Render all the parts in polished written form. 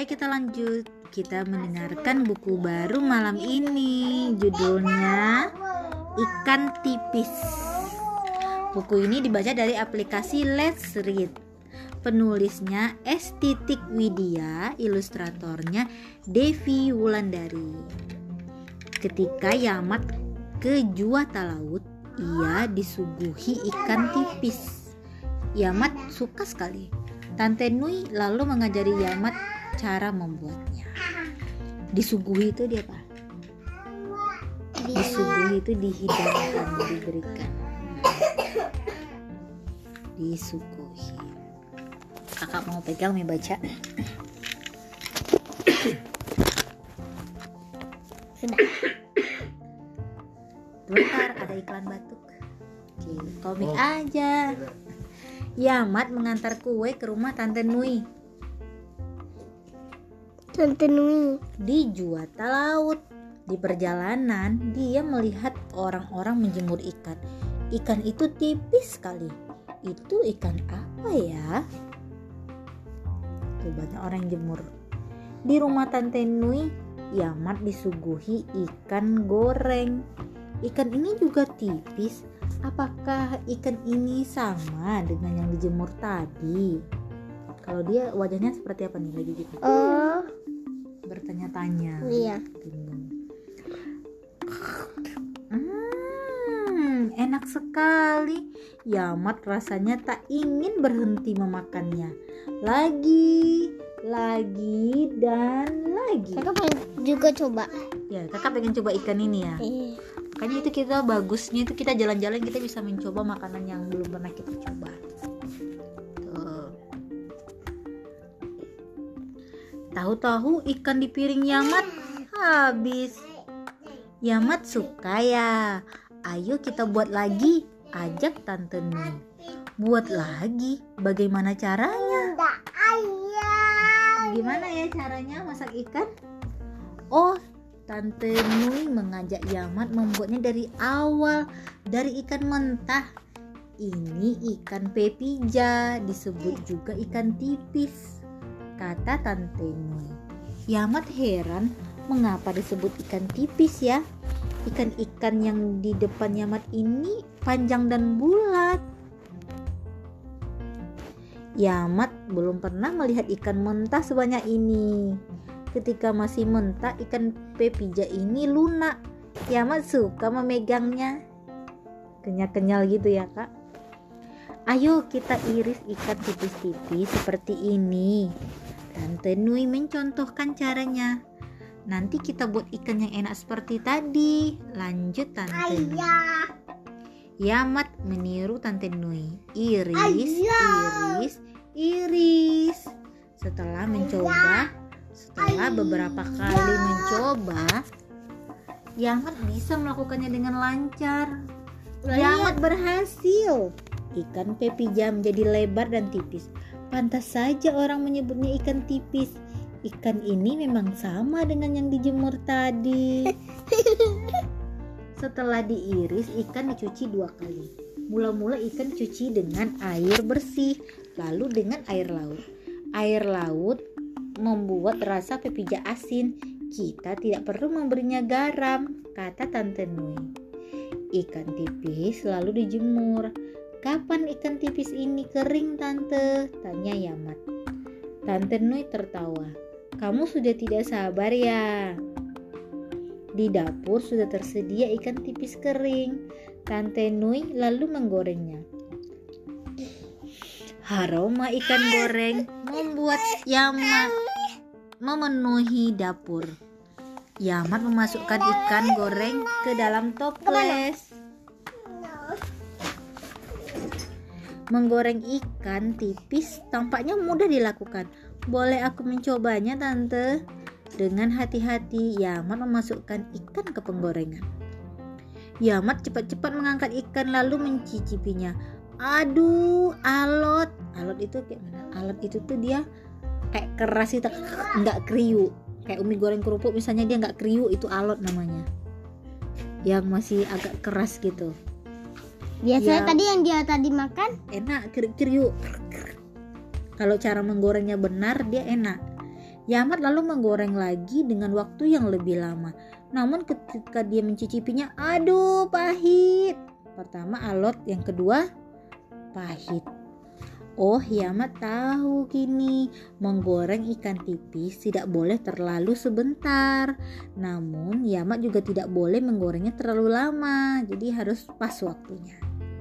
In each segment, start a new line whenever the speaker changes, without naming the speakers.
Ayo kita lanjut. Kita mendengarkan buku baru malam ini. Judulnya Ikan Tipis. Buku ini dibaca dari aplikasi Let's Read. Penulisnya S. Widya, ilustratornya Devi Wulandari. Ketika Yamat ke juata laut, ia disuguhi ikan tipis. Yamat suka sekali. Tante Nui lalu mengajari Yamat cara membuatnya. Disuguhi itu dia apa? Disuguhi itu dihidangkan, diberikan. Disuguhi. Kakak mau pegang, mau baca.
Sudah.
Bentar, ada iklan batuk. Oke, komik aja. Yamat mengantar kue ke rumah Tante Nui.
Tante Nui
Di juata laut. Di perjalanan, dia melihat orang-orang menjemur ikan. Ikan itu tipis sekali. Itu ikan apa ya? Tuh, banyak orang jemur. Di rumah Tante Nui, Yamat disuguhi ikan goreng. Ikan ini juga tipis. Apakah ikan ini sama dengan yang dijemur tadi? Kalau dia wajahnya seperti apa nih lagi gitu? Bertanya-tanya.
Iya.
Bingung. Enak sekali. Yamat rasanya tak ingin berhenti memakannya. Lagi, dan lagi.
Kakak pengen juga coba.
Ya, kakak pengen coba ikan ini ya. Makanya itu kita bagusnya itu kita jalan-jalan kita bisa mencoba makanan yang belum pernah kita coba. Tuh. Tahu-tahu ikan di piring Yamat habis. Yamat suka ya. Ayo kita buat lagi, ajak Tante Nui. Buat lagi, bagaimana caranya? Gimana ya caranya masak ikan? Oh, Tante Nui mengajak Yamat membuatnya dari awal, dari ikan mentah. Ini ikan pepija, disebut juga ikan tipis, kata Tante Nui. Yamat heran mengapa disebut ikan tipis ya. Ikan-ikan yang di depan Yamat ini panjang dan bulat. Yamat belum pernah melihat ikan mentah sebanyak ini. Ketika masih mentah, ikan pepija ini lunak. Yamat suka memegangnya. Kenyal-kenyal gitu ya kak. Ayo kita iris ikan tipis-tipis seperti ini. Tante Nui mencontohkan caranya. Nanti kita buat ikan yang enak seperti tadi. Lanjut Tante Nui. Yamat meniru Tante Nui. Iris. Setelah beberapa kali mencoba, Yamat bisa melakukannya dengan lancar. Yamat berhasil. Ikan pepija menjadi lebar dan tipis. Pantas saja orang menyebutnya ikan tipis. Ikan ini memang sama dengan yang dijemur tadi. Setelah diiris, ikan dicuci 2 kali. Mula-mula ikan dicuci dengan air bersih, lalu dengan air laut. Air laut membuat rasa pepija asin. Kita tidak perlu memberinya garam, kata Tante Nui. Ikan tipis lalu dijemur. Kapan ikan tipis ini kering, Tante? Tanya Yamat. Tante Nui tertawa. Kamu sudah tidak sabar ya? Di dapur sudah tersedia ikan tipis kering. Tante Nui lalu menggorengnya. Aroma ikan goreng membuat Yamat memenuhi dapur. Yamat memasukkan ikan goreng ke dalam toples. Menggoreng ikan tipis tampaknya mudah dilakukan. Boleh aku mencobanya, Tante? Dengan hati-hati, Yamat memasukkan ikan ke penggorengan. Yamat cepat-cepat mengangkat ikan lalu mencicipinya. Aduh, alot. Alot itu kayak mana? Alot itu tuh dia kayak keras itu, enggak kriuk. Kayak umi goreng kerupuk misalnya dia enggak kriuk, itu alot namanya. Yang masih agak keras gitu.
Biasanya tadi yang dia tadi makan
enak, kriuk. Kalau cara menggorengnya benar dia enak. Yamat lalu menggoreng lagi dengan waktu yang lebih lama. Namun ketika dia mencicipinya, aduh pahit. Pertama alot, yang kedua pahit. Oh, Yamat tahu kini, menggoreng ikan tipis tidak boleh terlalu sebentar. Namun Yamat juga tidak boleh menggorengnya terlalu lama, jadi harus pas waktunya.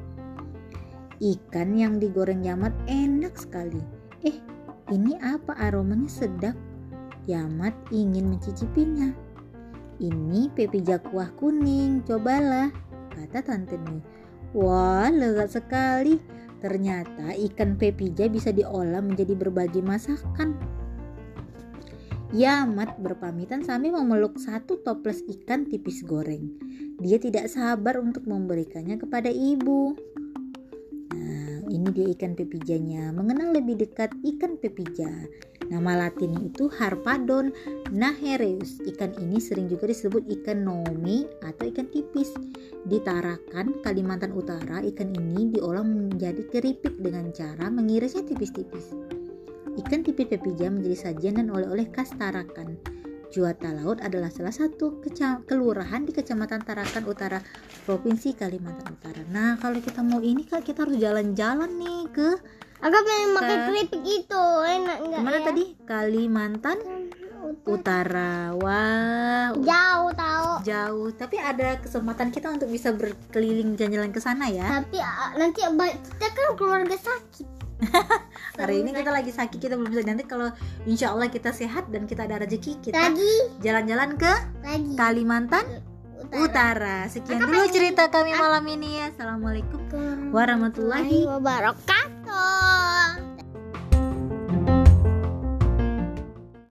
Ikan yang digoreng Yamat enak sekali. Ini apa, aromanya sedap? Yamat ingin mencicipinya. Ini pepija kuah kuning, cobalah, kata Tante Nui. Wah, lezat sekali. Ternyata ikan pepija bisa diolah menjadi berbagai masakan. Yamat berpamitan sambil memeluk satu toples ikan tipis goreng. Dia tidak sabar untuk memberikannya kepada ibu. Nah, ini dia ikan pepijanya. Mengenal lebih dekat ikan pepija. Nama latinnya itu Harpadon nahereus. Ikan ini sering juga disebut ikan nomi atau ikan tipis. Di Tarakan, Kalimantan Utara, ikan ini diolah menjadi keripik dengan cara mengirisnya tipis-tipis. Ikan tipis pepija menjadi sajian dan oleh-oleh khas Tarakan. Juwata Laut adalah salah satu kelurahan di Kecamatan Tarakan Utara, Provinsi Kalimantan Utara. Nah, kalau kita mau ini Kak, kita harus jalan-jalan nih ke
Aku pengen makan keripik itu, enak nggak?
Kemana
ya?
tadi? Kalimantan Utara. Wah,
Jauh tahu.
jauh. Tapi ada kesempatan kita untuk bisa berkeliling jalan-jalan ke sana ya.
Tapi nanti kita kan keluarga sakit.
Hari ini kita lagi sakit, kita belum bisa. Nanti kalau insya Allah kita sehat dan kita ada rezeki, kita
Lagi.
jalan-jalan ke Kalimantan Utara. Sekian dulu cerita kami malam ini ya. Assalamualaikum warahmatullahi
wabarakatuh.